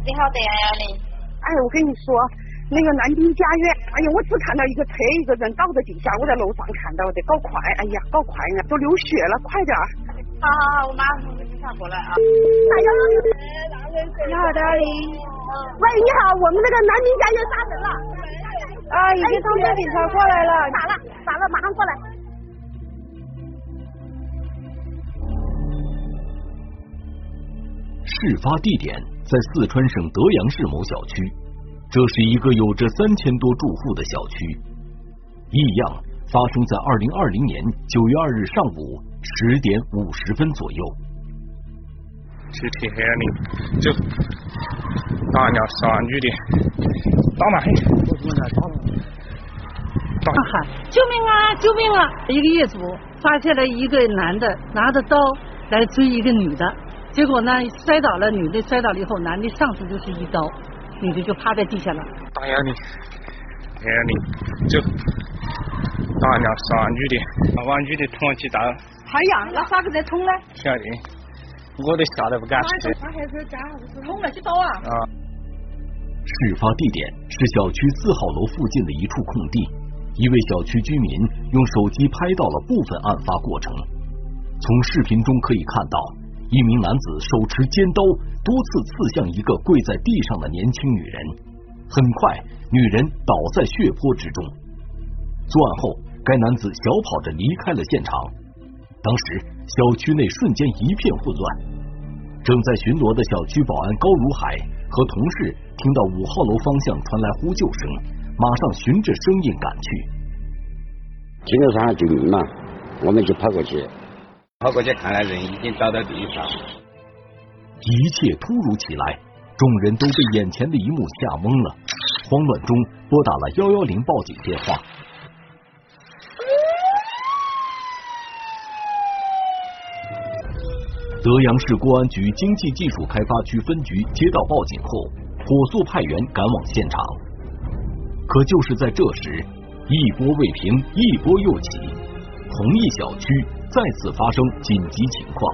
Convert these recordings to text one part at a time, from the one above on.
你好的呀，幺零。 哎，我跟你说，那个南京家园，哎呀，我只看到一个车一个人倒在地下，我在楼上看到的，搞快，哎呀，搞快啊，都流血了，快点。 好好好，我马上给警察过来啊。 哎呀， 你好的幺零。 喂，你好，我们那个南京家园杀人了。 啊，已经通知警察过来了。 打了，马上过来。 事发地点在四川省德阳市某小区，这是一个有着3000多住户的小区。异样发生在2020年9月2日上午10点50分左右。 集体黑暗里就打了3女的，打哪黑？ 大喊救命啊！救命啊！一个业主发现了一个男的拿着刀来追一个女的，结果呢摔倒了，女的摔倒了以后，男的上去就是一刀，女的就趴在地下了。 打压你，黑暗里就打了3女的，把女的捅起刀。 哎呀，那咋个再捅呢？ 晓得，我都吓得不敢吃。 捅了几刀啊？ 事发地点是小区4号楼附近的一处空地，一位小区居民用手机拍到了部分案发过程。从视频中可以看到，一名男子手持尖刀多次刺向一个跪在地上的年轻女人，很快女人倒在血泊之中。作案后，该男子小跑着离开了现场。当时小区内瞬间一片混乱，正在巡逻的小区保安高如海和同事听到5号楼方向传来呼救声，马上循着声音赶去。 听到上救命嘛，我们就跑过去看来人已经倒在地上。 一切突如其来，众人都被眼前的一幕吓懵了，慌乱中拨打了110报警电话。德阳市公安局经济技术开发区分局接到报警后，火速派员赶往现场。可就是在这时，一波未平，一波又起，同一小区再次发生紧急情况。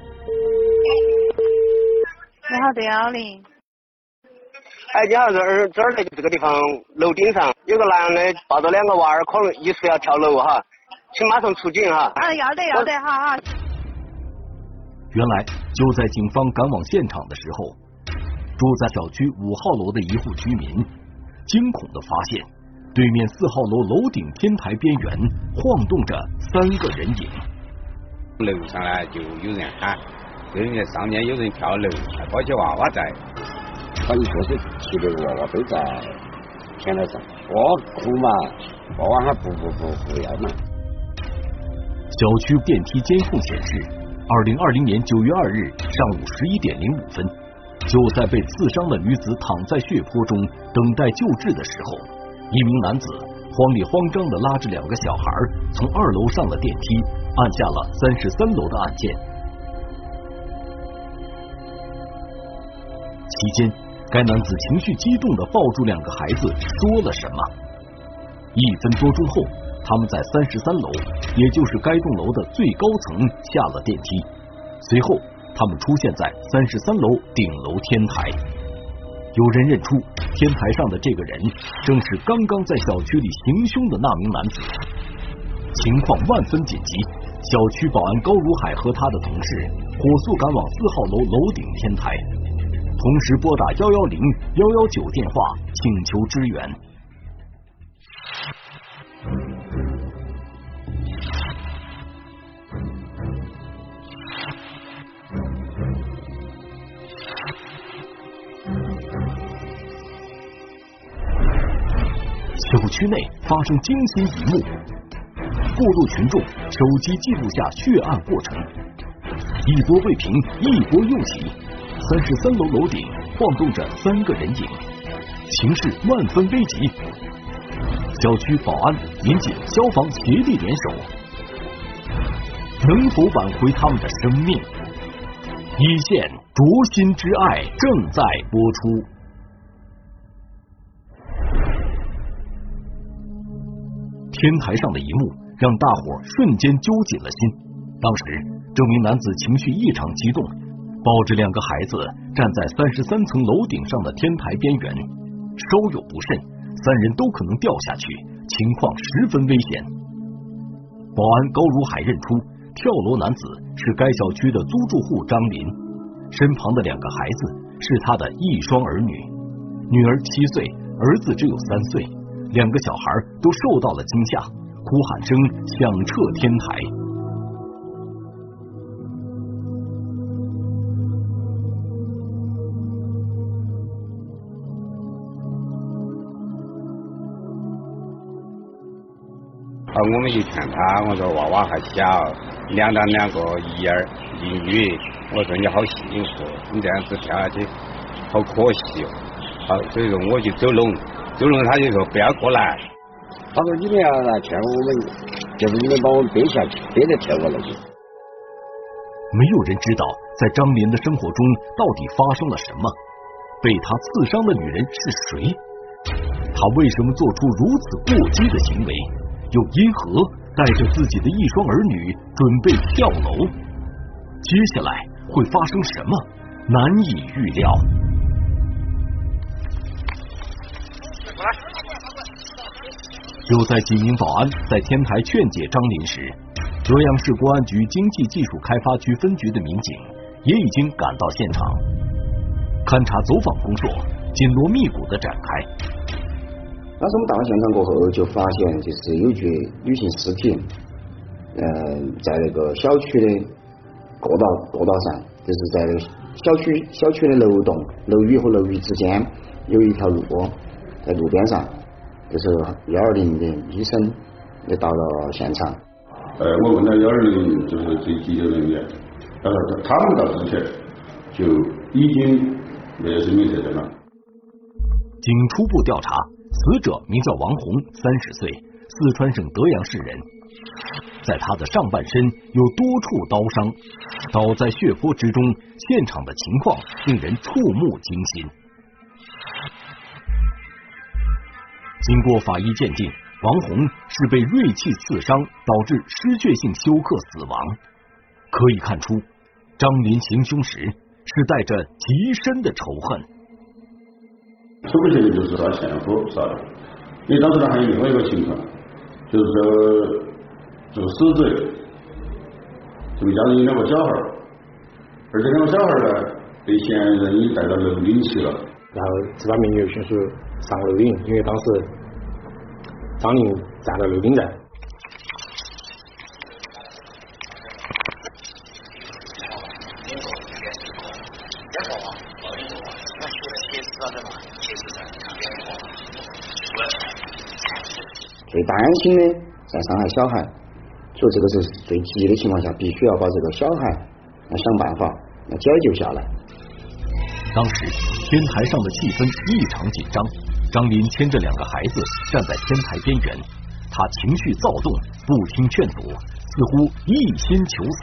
你好的幺零。 哎，你好，这儿这个地方楼顶上有个男的抱着2个娃儿，可能疑似要跳楼哈，请马上出警哈。 要得，好好。 原来就在警方赶往现场的时候，住在小区5号楼的一户居民惊恐地发现，对面4号楼楼顶天台边缘晃动着3个人影。 楼上呢就有人喊，对面上面有人跳楼，还抱起娃娃在，把你确实提着娃娃背在天台上，我哭嘛，娃娃还不要嘛。 小区电梯监控显示，2020年9月2日上午11点05分，就在被刺伤的女子躺在血泊中等待救治的时候，一名男子慌里慌张地拉着2个小孩从2楼上了电梯，按下了33楼的按键。期间，该男子情绪激动地抱住2个孩子，说了什么。1分多钟后，他们在33楼，也就是该栋楼的最高层下了电梯，随后他们出现在33楼顶楼天台。有人认出天台上的这个人正是刚刚在小区里行凶的那名男子。情况万分紧急，小区保安高如海和他的同事火速赶往4号楼楼顶天台，同时拨打110、119电话请求支援。小区内发生惊心一幕，过路群众手机记录下血案过程，一波未平，一波又起，33楼楼顶晃动着3个人影，情势万分危急。小区保安、民警、消防协力联手，能否挽回他们的生命？一线灼心之爱正在播出。天台上的一幕让大伙瞬间揪紧了心。当时这名男子情绪异常激动， 抱着2个孩子站在33层楼顶上的天台边缘，稍有不慎，3人都可能掉下去，情况十分危险。保安高如海认出跳楼男子是该小区的租住户张林，身旁的2个孩子是他的一双儿女，女儿7岁，儿子只有3岁，2个小孩都受到了惊吓，哭喊声响彻天台。 我们就劝他，我说娃娃还小，2个一儿一女，我说你好幸福，你这样子跳下去好可惜哦。好，所以说我就走拢，他就说不要过来。他说你们要来劝我们，就是你们把我们背下去，背着跳过来去。 没有人知道在张林的生活中到底发生了什么，被他刺伤的女人是谁？他为什么做出如此过激的行为？又因何带着自己的一双儿女准备跳楼？接下来会发生什么？难以预料。就在几名保安在天台劝解张林时，德阳市公安局经济技术开发区分局的民警也已经赶到现场，勘查走访工作紧锣密鼓的展开。 当时我们到了现场过后，就发现就是有具女性尸体，在那个小区的过道上，就是在小区的楼宇和楼宇之间有一条路，在路边上，就是120的医生也到了现场。 我问了120就是最急救人员，他们到之前就已经没有生命特征了。 经初步调查，死者名叫王红，30岁，四川省德阳市人。在他的上半身有多处刀伤，倒在血泊之中，现场的情况令人触目惊心。经过法医鉴定，王红是被锐器刺伤导致失血性休克死亡。可以看出，张林行凶时是带着极深的仇恨。 初步鉴定就是他前夫杀的，因为当时呢还有另外一个情况，就是说这个死者这个家里有2个小孩，而这2个小孩呢被嫌疑人已带到楼顶去了。 然后执法民警迅速上楼顶，因为当时张林站在楼顶站。 最担心的在伤害小孩，所以这个是最急的情况下，必须要把这个小孩要想办法要解救下来。 当时天台上的气氛异常紧张，张林牵着2个孩子站在天台边缘，他情绪躁动，不听劝阻，似乎一心求死。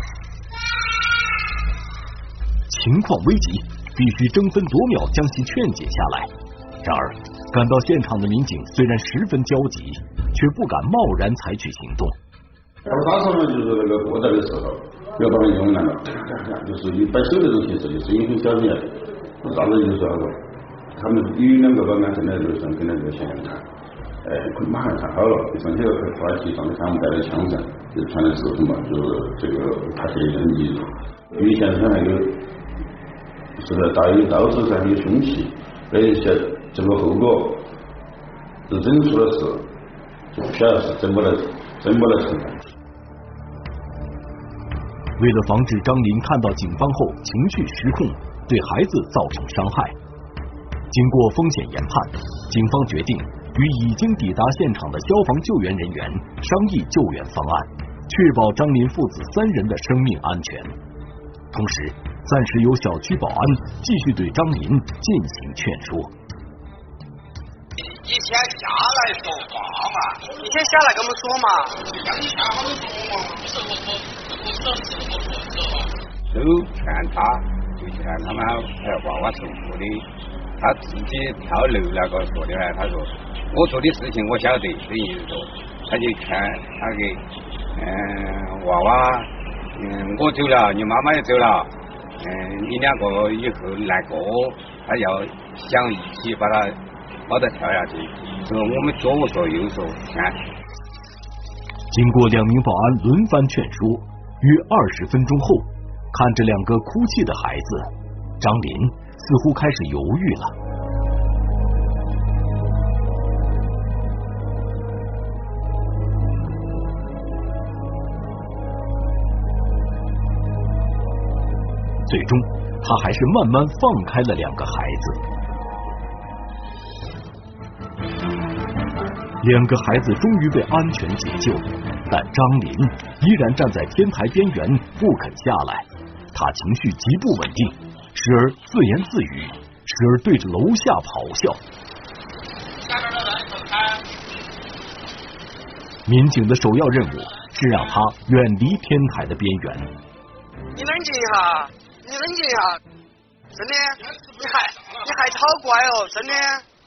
情况危急，必须争分夺秒将其劝解下来。然而赶到现场的民警虽然十分焦急，却不敢贸然采取行动。 当时呢就是那个过载的时候，不要把人用来了，就是一摆手这种形式，就声音很小点。我当时就说他们有2个保安正在楼上跟那个嫌疑人谈，马上谈好了，上去话题上面他们带着枪噻，就传来视频嘛，就是这个他嫌疑人因为现场还有是在带有刀子噻，有凶器，这个后果是真出了事，就不晓得是怎么来承担。 为了防止张林看到警方后情绪失控，对孩子造成伤害，经过风险研判，警方决定与已经抵达现场的消防救援人员商议救援方案，确保张林父子3人的生命安全。同时暂时由小区保安继续对张林进行劝说。 你先下来说话嘛， 你先下来跟我们说嘛。 让你下好说嘛， 都劝他，就劝他们娃娃受苦的，他自己跳楼那个说的呢，他说我做的事情我晓得，等于说他就劝他给娃娃，我走了，你妈妈也走了， 你2个以后来过，他要想一起把他跳下去，我们左手右手看。 经过2名保安轮番劝说，约20分钟后，看着2个哭泣的孩子，张林似乎开始犹豫了。最终，他还是慢慢放开了2个孩子。2个孩子终于被安全解救，但张林依然站在天台边缘不肯下来。他情绪极不稳定，时而自言自语，时而对着楼下咆哮。民警的首要任务是让他远离天台的边缘。 你冷静一下，你冷静一下，真的，你孩子好乖哦，真的。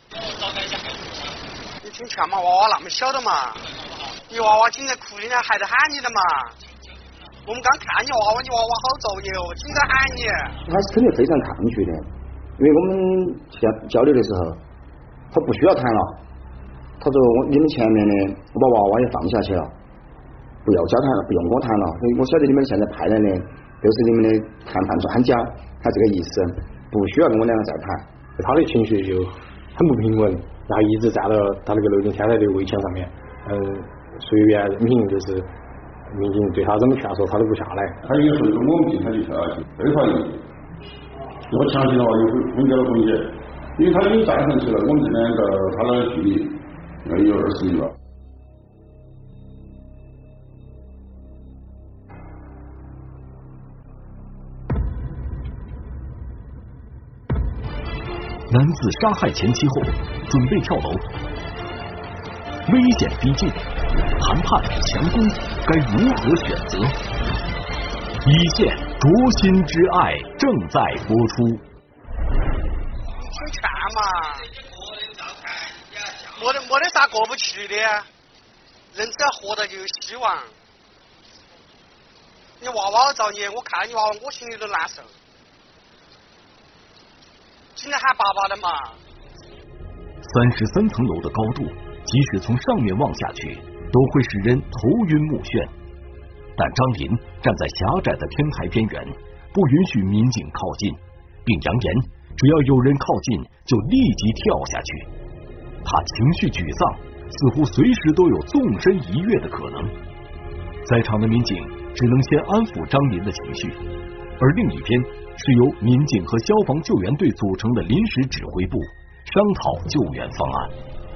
你听劝嘛，娃娃那么小的嘛，你娃娃紧在哭，人家孩子喊你的嘛。我们刚看你娃娃好造孽哦，紧在喊你。 他是肯定非常抗拒的，因为我们交流的时候，他不需要谈了。他说你们前面的我把娃娃也放下去了，不要交谈了，不用跟我谈了。我晓得你们现在派来的都是你们的谈判专家，他这个意思，不需要跟我2个再谈。 他的情绪就很不平稳，然后一直站到他那个楼顶天台的围墙上面，随缘任凭就是民警对他怎么劝说他都不下来。 他应该说我们进他就跳下去，非法用。如果强行的话有很高的风险，因为他已经站上去了，我们这2个他的距离要有20米吧。 男子杀害前妻后准备跳楼，危险逼近，谈判强攻，该如何选择？一线灼心之爱正在播出。 听劝嘛，没得啥过不去的，人只要活着就有希望。你娃娃造孽，我看你娃娃，我心里都难受。今天喊爸爸的嘛。 33层楼的高度，即使从上面望下去，都会使人头晕目眩。但张林站在狭窄的天台边缘，不允许民警靠近，并扬言只要有人靠近，就立即跳下去。他情绪沮丧，似乎随时都有纵身一跃的可能。在场的民警只能先安抚张林的情绪，而另一边是由民警和消防救援队组成的临时指挥部商讨救援方案。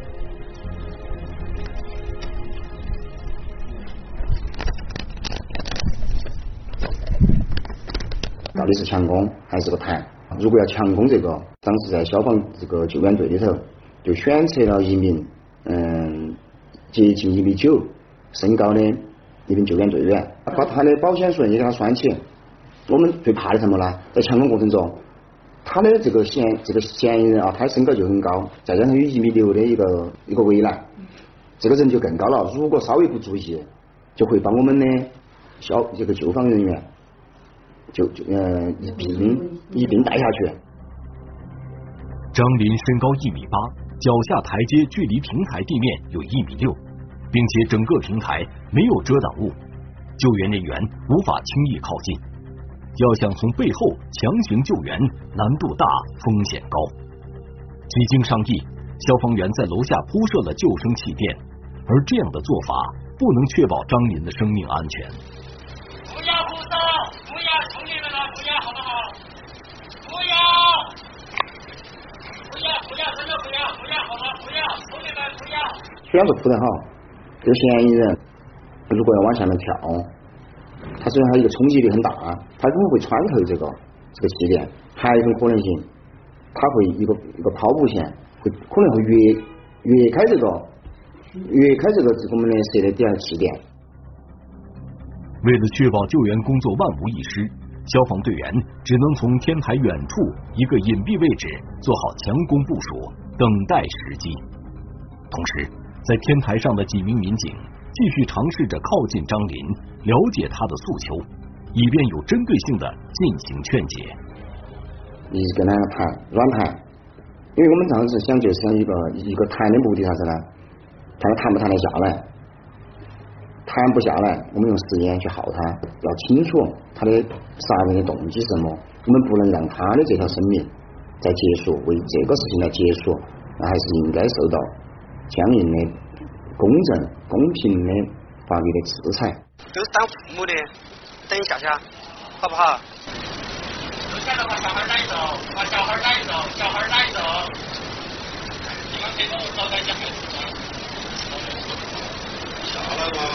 到底是强攻还是个谈？如果要强攻这个，当时在消防这个救援队里头就选择了一名接近1.9米身高的一名救援队员，把他的保险绳也给他拴起。我们最怕的什么呢？在强攻过程中，他的这个嫌疑人啊，他身高就很高，再加上有1.6米的一个围栏，这个人就更高了。如果稍微不注意，就会把我们的这个救防人员一并带下去。 张林身高1.8米，脚下台阶距离平台地面有1.6米，并且整个平台没有遮挡物，救援人员无法轻易靠近。要想从背后强行救援，难度大，风险高。几经商议，消防员在楼下铺设了救生气垫，而这样的做法不能确保张林的生命安全。 不要护送，不要处理了，不要好不好？不要，真的不要，好吗？不要处理了，不要。 虽然说铺得好，这个嫌疑人如果要往下面跳，他虽然他一个冲击力很大，他可能会穿透这个气垫，还有一种可能性，他会一个抛物线可能会越开这个我们的设的底下气垫。 为了确保救援工作万无一失，消防队员只能从天台远处一个隐蔽位置做好强攻部署，等待时机。同时，在天台上的几名民警继续尝试着靠近张林，了解他的诉求， 以便有针对性的进行劝解。 你跟他谈软谈，因为我们当时想就是想一个谈的目的啥子呢？看他谈不谈得下来，谈不下来，我们用实验去耗他，要清楚他的杀人的动机是什么，我们不能让他的这条生命在结束，为这个事情来结束，那还是应该受到相应的公正、公平的法律的制裁。 都是当父母的，等一下下，好不好？ 有钱了把小孩带走，把小孩带走，小孩带走。你们给我招待一下孩子吗？下来吧，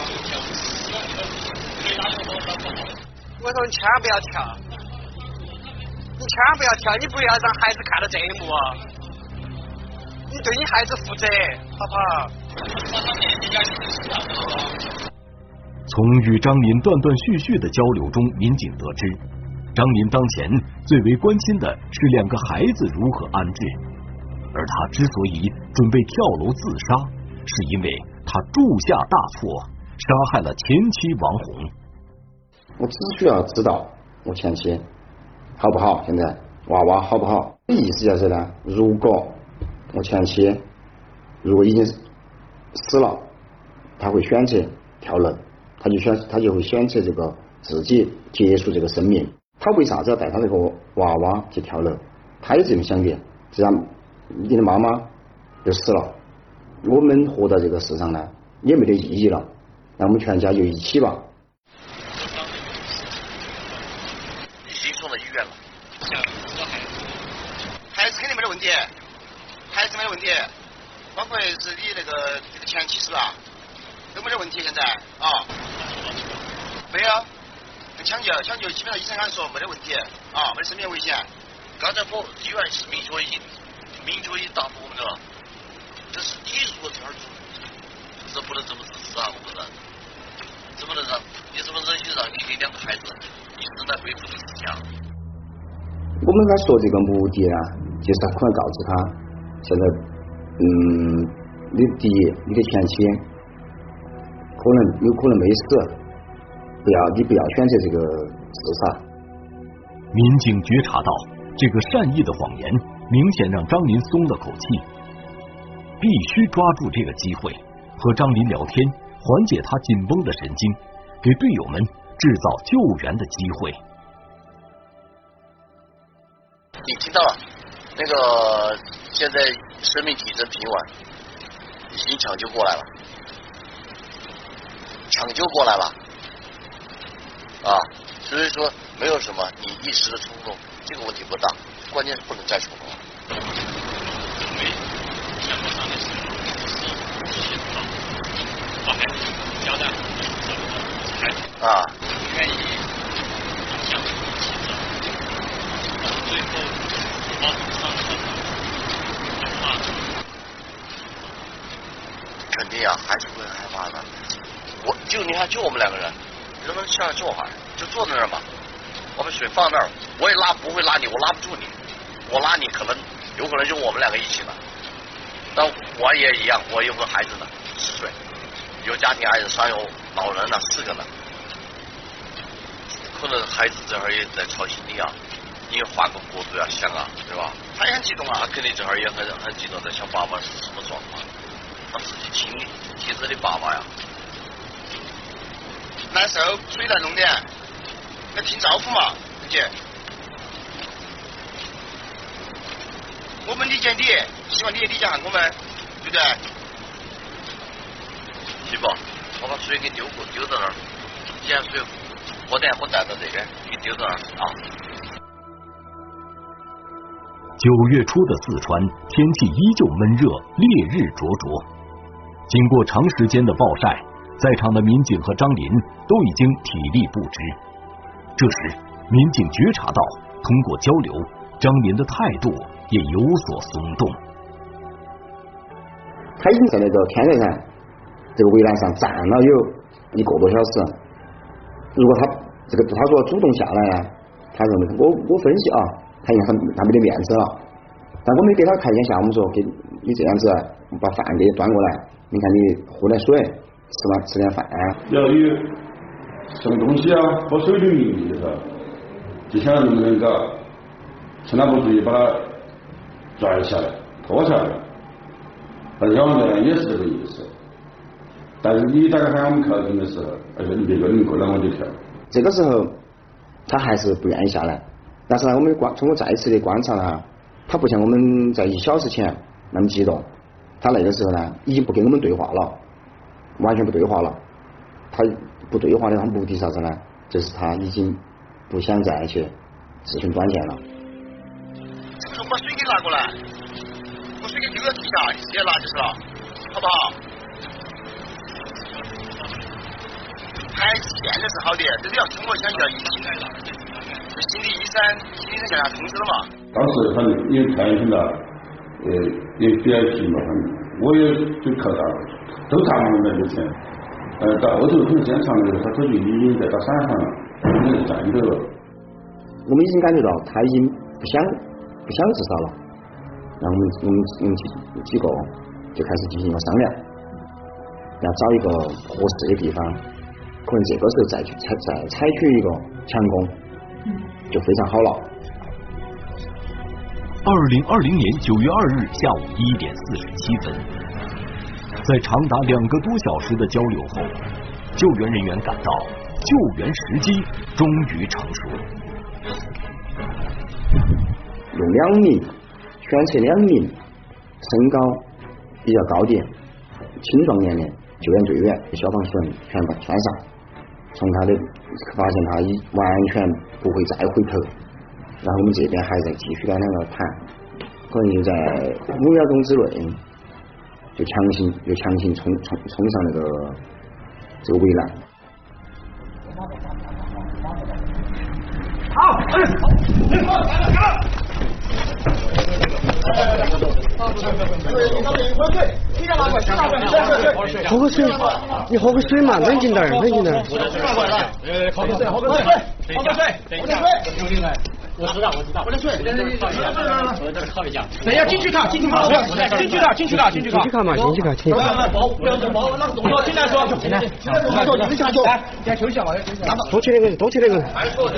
我说你千万不要跳，你千万不要跳，你不要让孩子看到这一幕，你对你孩子负责，好不好？ 从与张林断断续续的交流中，民警得知，张林当前最为关心的是2个孩子如何安置，而他之所以准备跳楼自杀，是因为他铸下大错，杀害了前妻王红。 我只需要知道我前妻好不好，现在娃娃好不好。意思就是呢，如果我前妻如果已经死了，他会选择跳楼，他就会选择这个自己结束这个生命。他为啥子要带他那个娃娃去跳楼？他也这么想的，这样你的妈妈就死了，我们活在这个世上呢也没得意义了，那我们全家就一起吧。 已经送到医院了。孩子肯定没得问题，孩子没得问题，包括是你那个前妻是吧？都没得问题现在啊。没有，抢救基本上医生刚才说没得问题啊，没得生命危险。刚才我医院是明确已经答复我们了，这是你如果这儿做，这不能这么自私啊，我们人怎么能让你怎么忍心让你的2个孩子一直在背负这个事情啊？ 我们在说这个目的呢，就是可能告诉他，现在你第一，你的前妻有可能没死，你不要选择这个自杀。 民警觉察到这个善意的谎言明显让张林松了口气，必须抓住这个机会和张林聊天，缓解他紧绷的神经，给队友们制造救援的机会。 你听到了？那个现在生命体征平稳，已经抢救过来了，啊，所以说没有什么你一时的冲动，这个问题不大，关键是不能再冲动了。啊，愿意向你最后保持上肯定啊，还是会害怕的。你看，就我们2个人，能不能像小孩，就坐在那儿吧，我把水放那儿，我也不会拉你，我拉不住你，我拉你有可能就我们2个一起了。但我也一样，我有个孩子呢，10岁，有家庭孩子，上有老人呢，4个呢。可能孩子这会儿也在操心你啊，你换个角度要想啊，对吧？他也很激动啊，他肯定这会儿也很激动，在想爸爸是什么状况，他自己亲生的爸爸呀，难受，水来弄点，要听招呼嘛，姐。我们理解你，希望你也理解下我们，对不对？去吧，我把水给丢到那儿，捡水。我带到这边，给丢到那儿啊。 9月初的四川天气依旧闷热，烈日灼灼。经过长时间的暴晒，在场的民警和张林都已经体力不支。这时，民警觉察到，通过交流，张林的态度也有所松动。 他已经在那个天台上这个围栏上站了有1个多小时。如果他说主动下来呢，他认为我分析啊，他没得面子了。但我没给他开眼下，我们说给你这样子，把饭给端过来，你看你喝点水，吃点饭。 要有送东西啊，喝水的名义是吧？就想能不能够趁他不注意把他拽下来、拖下来。但是小王呢也是这个意思。但是你大概喊我们靠近的时候，而且你别个人过来我就跳。 这个时候他还是不愿意下来，但是呢，我们通过再次的观察呢，他不像我们在1小时前那么激动，他那个时候呢已经不跟我们对话了，完全不对话了。他不对话的他目的啥子呢？就是他已经不想再去自寻短见了。 把水给拿过来，把水给丢到地下，你直接拿就是了，好不好？还现在是好的，这是要通过想要疫情，心理医生向他通知了嘛。 当时反正因为太远了，也比较急嘛，我也就靠他，都他们那个钱，到后头可能时间长了，他手就已经在打伞上了，已经站着了。 我们已经感觉到他已经不想自杀了，然后我们几个就开始进行了商量，要找一个合适的地方。可能这个时候再采取一个强攻，就非常好了。 2020年9月2日下午1点47分，在长达2个多小时的交流后，救援人员感到救援时机终于成熟。 用2名选择2名身高比较高的青壮年的救援队员、消防栓全部穿上。从他的发现他已完全不会再回头，然后我们这边还在继续跟2个谈，可能就在5秒钟之内就强行冲上这个围栏。 好， 喝个水，你喝个水嘛，冷静点，冷静点。 喝个水，喝个水，喝个水，等一下，我知道，我的水，我在这考一下。等一下，进去看，进去看嘛，进去看，请。进来说，先休息下吧， 多起那个，多起那个。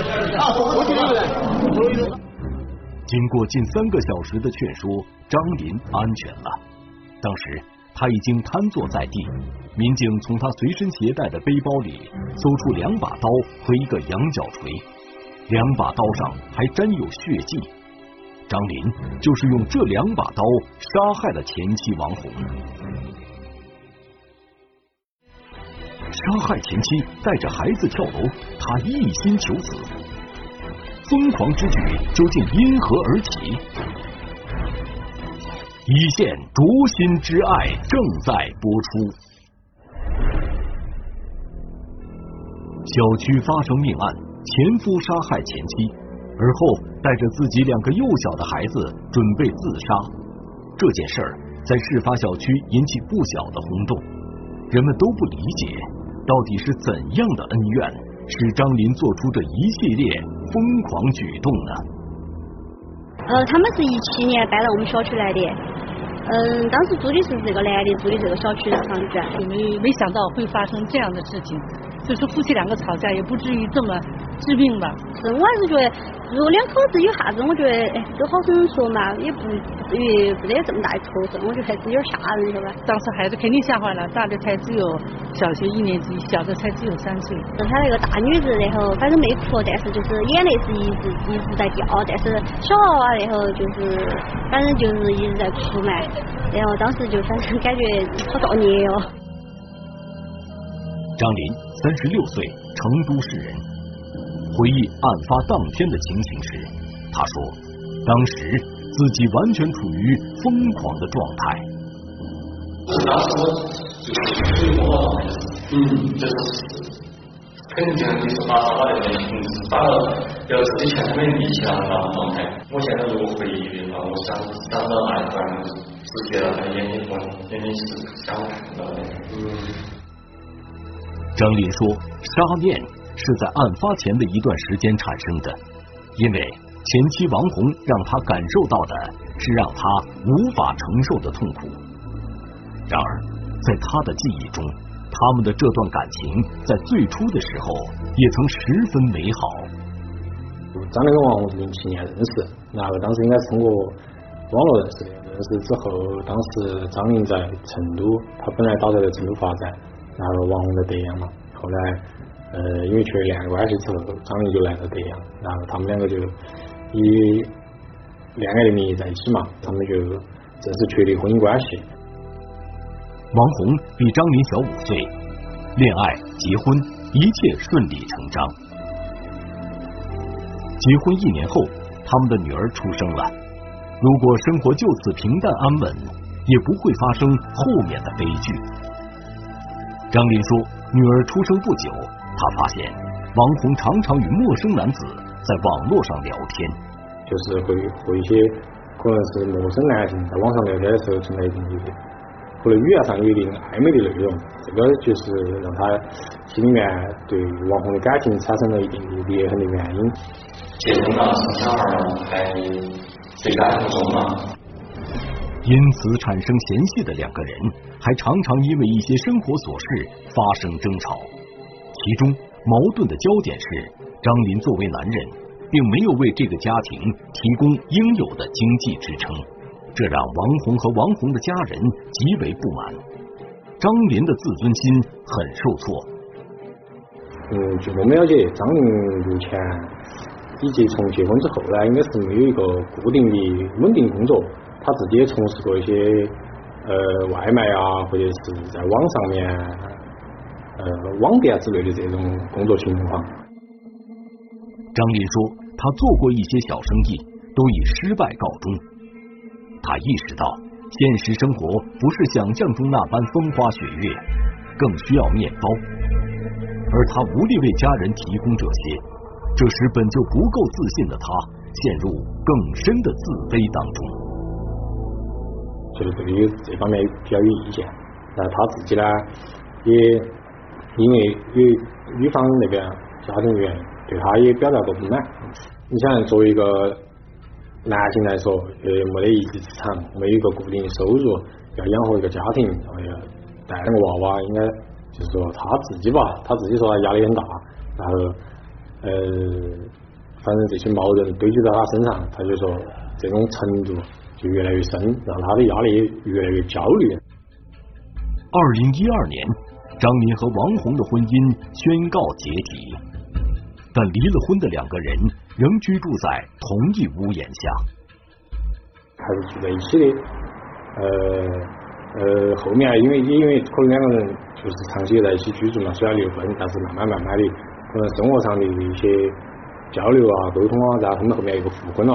经过近3个小时的劝说，张林安全了。当时他已经瘫坐在地，民警从他随身携带的背包里搜出2把刀和一个羊角锤，2把刀上还沾有血迹。张林就是用这2把刀杀害了前妻王红。杀害前妻，带着孩子跳楼，他一心求死。疯狂之举究竟因何而起？一线灼心之爱正在播出。小区发生命案，前夫杀害前妻，而后带着自己2个幼小的孩子准备自杀。这件事儿在事发小区引起不小的轰动，人们都不理解，到底是怎样的恩怨使张林做出这一系列疯狂举动呢？ 他们是17年搬到我们小区来的，当时住的是这个男的住的这个小区的房子， 没想到会发生这样的事情，就是夫妻2个吵架也不至于这么致命吧。 是，我还是觉得如果2口子有啥子，我觉得都好生说嘛，也不至于不得这么大的仇恨，我觉得还是有点吓人，是吧？ 当时孩子肯定吓坏了，大的才只有小学1年级，小的才只有3岁。 他那个大女子，然后反正没哭，但是就是眼泪是一直在掉，但是小娃娃然后就是反正就是一直在哭嘛，然后当时就反正感觉好造孽哦。 张林36岁，成都市人。回忆案发当天的情形时，他说当时自己完全处于疯狂的状态。 当时就是我就是肯定就是把那个把要自己全部立起来那种状态。我现在如果回忆的话，我想到那一段直接在眼睛是想看到的。 张林说，杀念是在案发前的一段时间产生的，因为前妻王红让他感受到的是让他无法承受的痛苦。然而在他的记忆中， 他们的这段感情在最初的时候也曾十分美好。 张林和王红是07年认识，然后当时应该是通过网络认识的。认识之后，当时张林在成都，他本来打算在成都发展，然后王红在德阳嘛。后来因为确认恋爱关系之后，张林就来到德阳，然后他们两个就以恋爱的名义在一起嘛，他们就正式确立婚姻关系。 王红比张林小5岁，恋爱、结婚一切顺理成章。结婚1年后，他们的女儿出生了。如果生活就此平淡安稳，也不会发生后面的悲剧。张林说，女儿出生不久，他发现王红常常与陌生男子在网络上聊天， 就是会一些可能是陌生男性在网上聊天的时候存在一定的或者语言上有一定暧昧的内容，这个就是让他心里面对王红的感情产生了一定的裂痕的原因。 结婚了，生小孩了，还最感动嘛。 因此产生嫌隙的两个人，还常常因为一些生活琐事发生争吵。其中矛盾的焦点是，张林作为男人，并没有为这个家庭提供应有的经济支撑，这让王红和王红的家人极为不满。张林的自尊心很受挫。 据我们了解，张林目前以及从结婚之后呢，应该是没有一个固定的稳定工作。他自己也从事过一些外卖啊，或者是在网上面网店之类的这种工作情况。 张林说，他做过一些小生意，都以失败告终。他意识到，现实生活不是想象中那般风花雪月，更需要面包，而他无力为家人提供这些。这时本就不够自信的他，陷入更深的自卑当中。 就是对于这方面比较有意见，那他自己呢，也因为有女方那边家庭原因，对他也表达过不满。你想作为一个男性来说，没得一技之长，没有一个固定收入，要养活一个家庭，带两个娃娃，应该就是说他自己吧，他自己说他压力很大，然后反正这些矛盾堆积在他身上，他就说这种程度就越来越深，让他的压力越来越焦虑。 2012年，张林和王红的婚姻宣告解体，但离了婚的两个人仍居住在同一屋檐下， 还是住在一起的。后面因为可能两个人就是长期在一起居住嘛，虽然离婚，但是慢慢的，可能生活上的一些交流啊、沟通啊，然后他们后面又复婚了。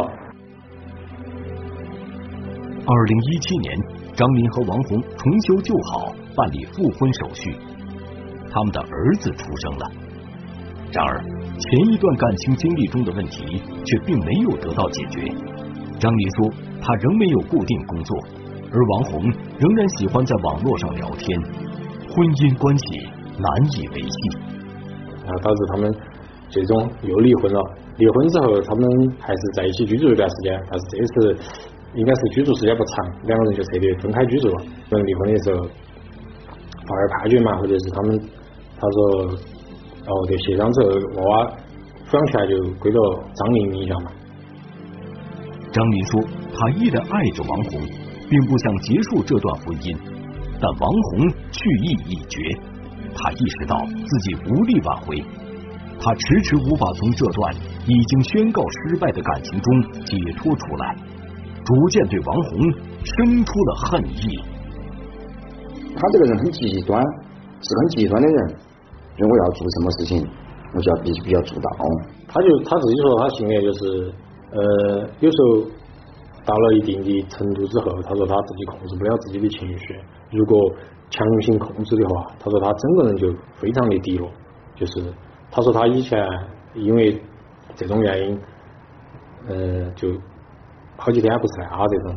2017年，张林和王红重修旧好，办理复婚手续，他们的儿子出生了。然而，前一段感情经历中的问题却并没有得到解决。张林说，他仍没有固定工作，而王红仍然喜欢在网络上聊天，婚姻关系难以维系， 导致他们最终又离婚了。离婚之后，他们还是在一起居住一段时间，但是这次应该是居住时间不长，两个人就彻底分开居住了。离婚的时候，法院判决嘛，或者是他说对协商之后，娃娃抚养权就归到张林名下嘛。 张林说，他依然爱着王红，并不想结束这段婚姻，但王红去意已决，他意识到自己无力挽回，他迟迟无法从这段已经宣告失败的感情中解脱出来，逐渐对王红生出了恨意。 他这个人很极端，是很极端的人，如果要做什么事情，我就要必须要做到。 他自己说，他性格就是有时候到了一定的程度之后，他说他自己控制不了自己的情绪，如果强行控制的话，他说他整个人就非常的低落，就是他说他以前因为这种原因就好几天不吃饭这种。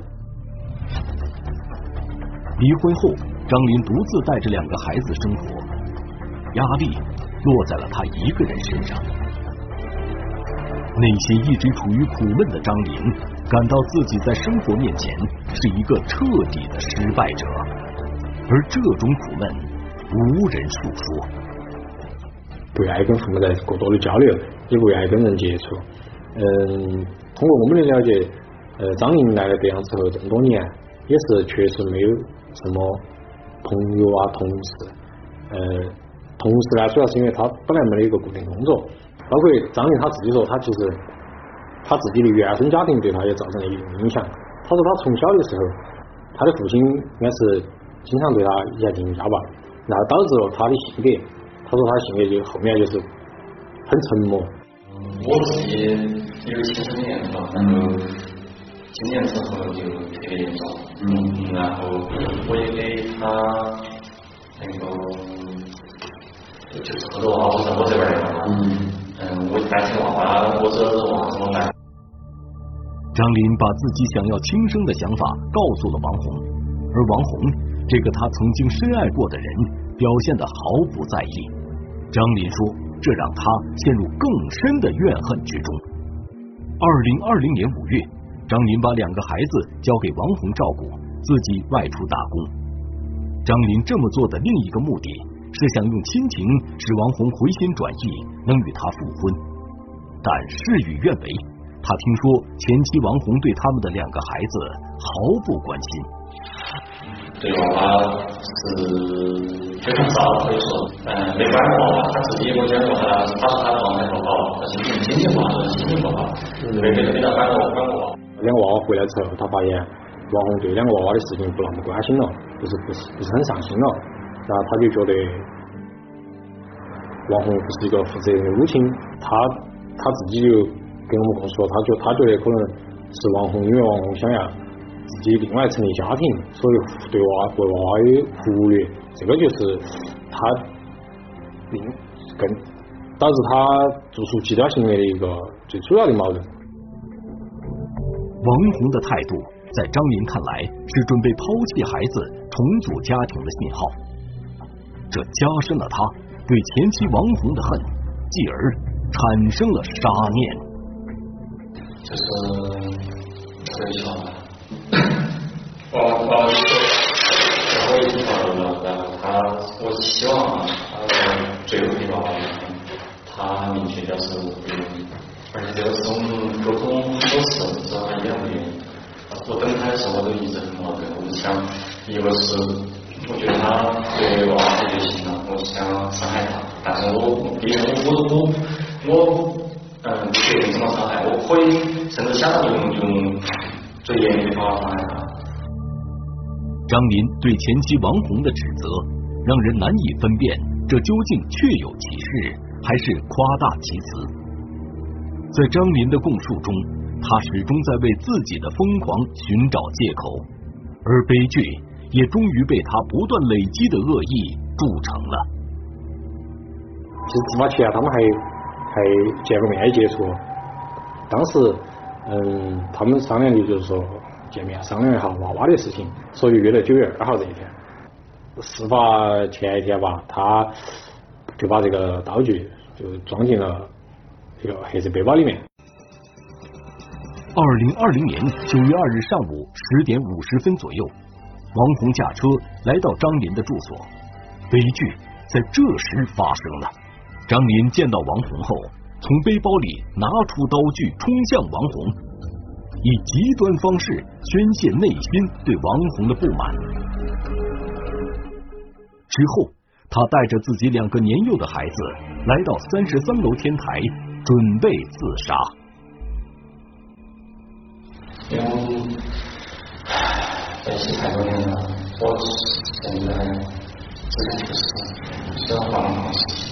离婚后，张林独自带着2个孩子生活，压力落在了他一个人身上。内心一直处于苦闷的张林感到自己在生活面前是一个彻底的失败者，而这种苦闷无人述说。 不愿意跟父母再过多的交流，也不愿意跟人接触。通过我们的了解，张琳来了德阳之后这么多年，也是确实没有什么朋友啊、同事。同时呢，主要是因为他本来没有一个固定工作，包括张琳他自己说，他其实他自己的原生家庭对他也造成了一定影响。他说他从小的时候，他的父亲应该是经常对他以前进行家暴，然后导致了他的性格。他说他性格就后面就是很沉默。 我自己有亲身验吧，然后今年之后就特别严重，然后我也给他那个就是很多娃娃在我这边来嘛，我担心娃娃，我这娃怎么办？ 张琳把自己想要轻生的想法告诉了王红，而王红这个他曾经深爱过的人表现得毫不在意。张琳说，这让他陷入更深的怨恨之中。2020年5月，张琳把2个孩子交给王红照顾，自己外出打工。张琳这么做的另一个目的是想用亲情使王红回心转意，能与他复婚。但事与愿违，他听说前妻王红对他们的2个孩子毫不关心。 对娃娃是非常少，可以说，没管过娃娃，他自己也没讲过他说他状态不好，他心情不好，心情不好，没他管过娃。 2个娃娃回来之后，他发现王红对2个娃娃的事情不那么关心了，不是很上心了，然后他就觉得王红不是一个负责任的母亲，他自己就跟我们说，他觉得可能是王红，因为王红想要自己另外成立家庭，所以对娃娃的忽略，这个就是他更导致他做出极端行为的一个最主要的矛盾。 王红的态度在张琳看来是准备抛弃孩子重组家庭的信号，这加深了他对前妻王红的恨，继而产生了杀念。 就是可以说我已经考虑了，然后我希望最后一个他明确表示我不愿意，而且这个是我们沟通多次，只要他一样不愿意。我等他的时候我都一直很矛盾，我想一个是我觉得他对娃娃太决心了，我想伤害他，但是我毕竟我不确定怎么伤害，我可以甚至想到用最严厉的方法伤害他。 张琳对前妻王红的指责，让人难以分辨这究竟确有其事，还是夸大其词。在张琳的供述中，他始终在为自己的疯狂寻找借口，而悲剧也终于被他不断累积的恶意铸成了。 其实芝麻期他们还见过面接触，当时他们商量的就是说见面商量一下娃娃的事情，所以约了9月2号这一天。事发前一天吧，他就把这个道具就装进了一个黑色背包里面。 2020年9月2日上午10点50分左右，王红驾车来到张琳的住所，悲剧在这时发生了。张琳见到王红后，从背包里拿出刀具冲向王红，以极端方式宣泄内心对王红的不满。之后，他带着自己2个年幼的孩子来到33楼天台，准备自杀。 因为在一起太多年了，我现在只想就是希望帮忙。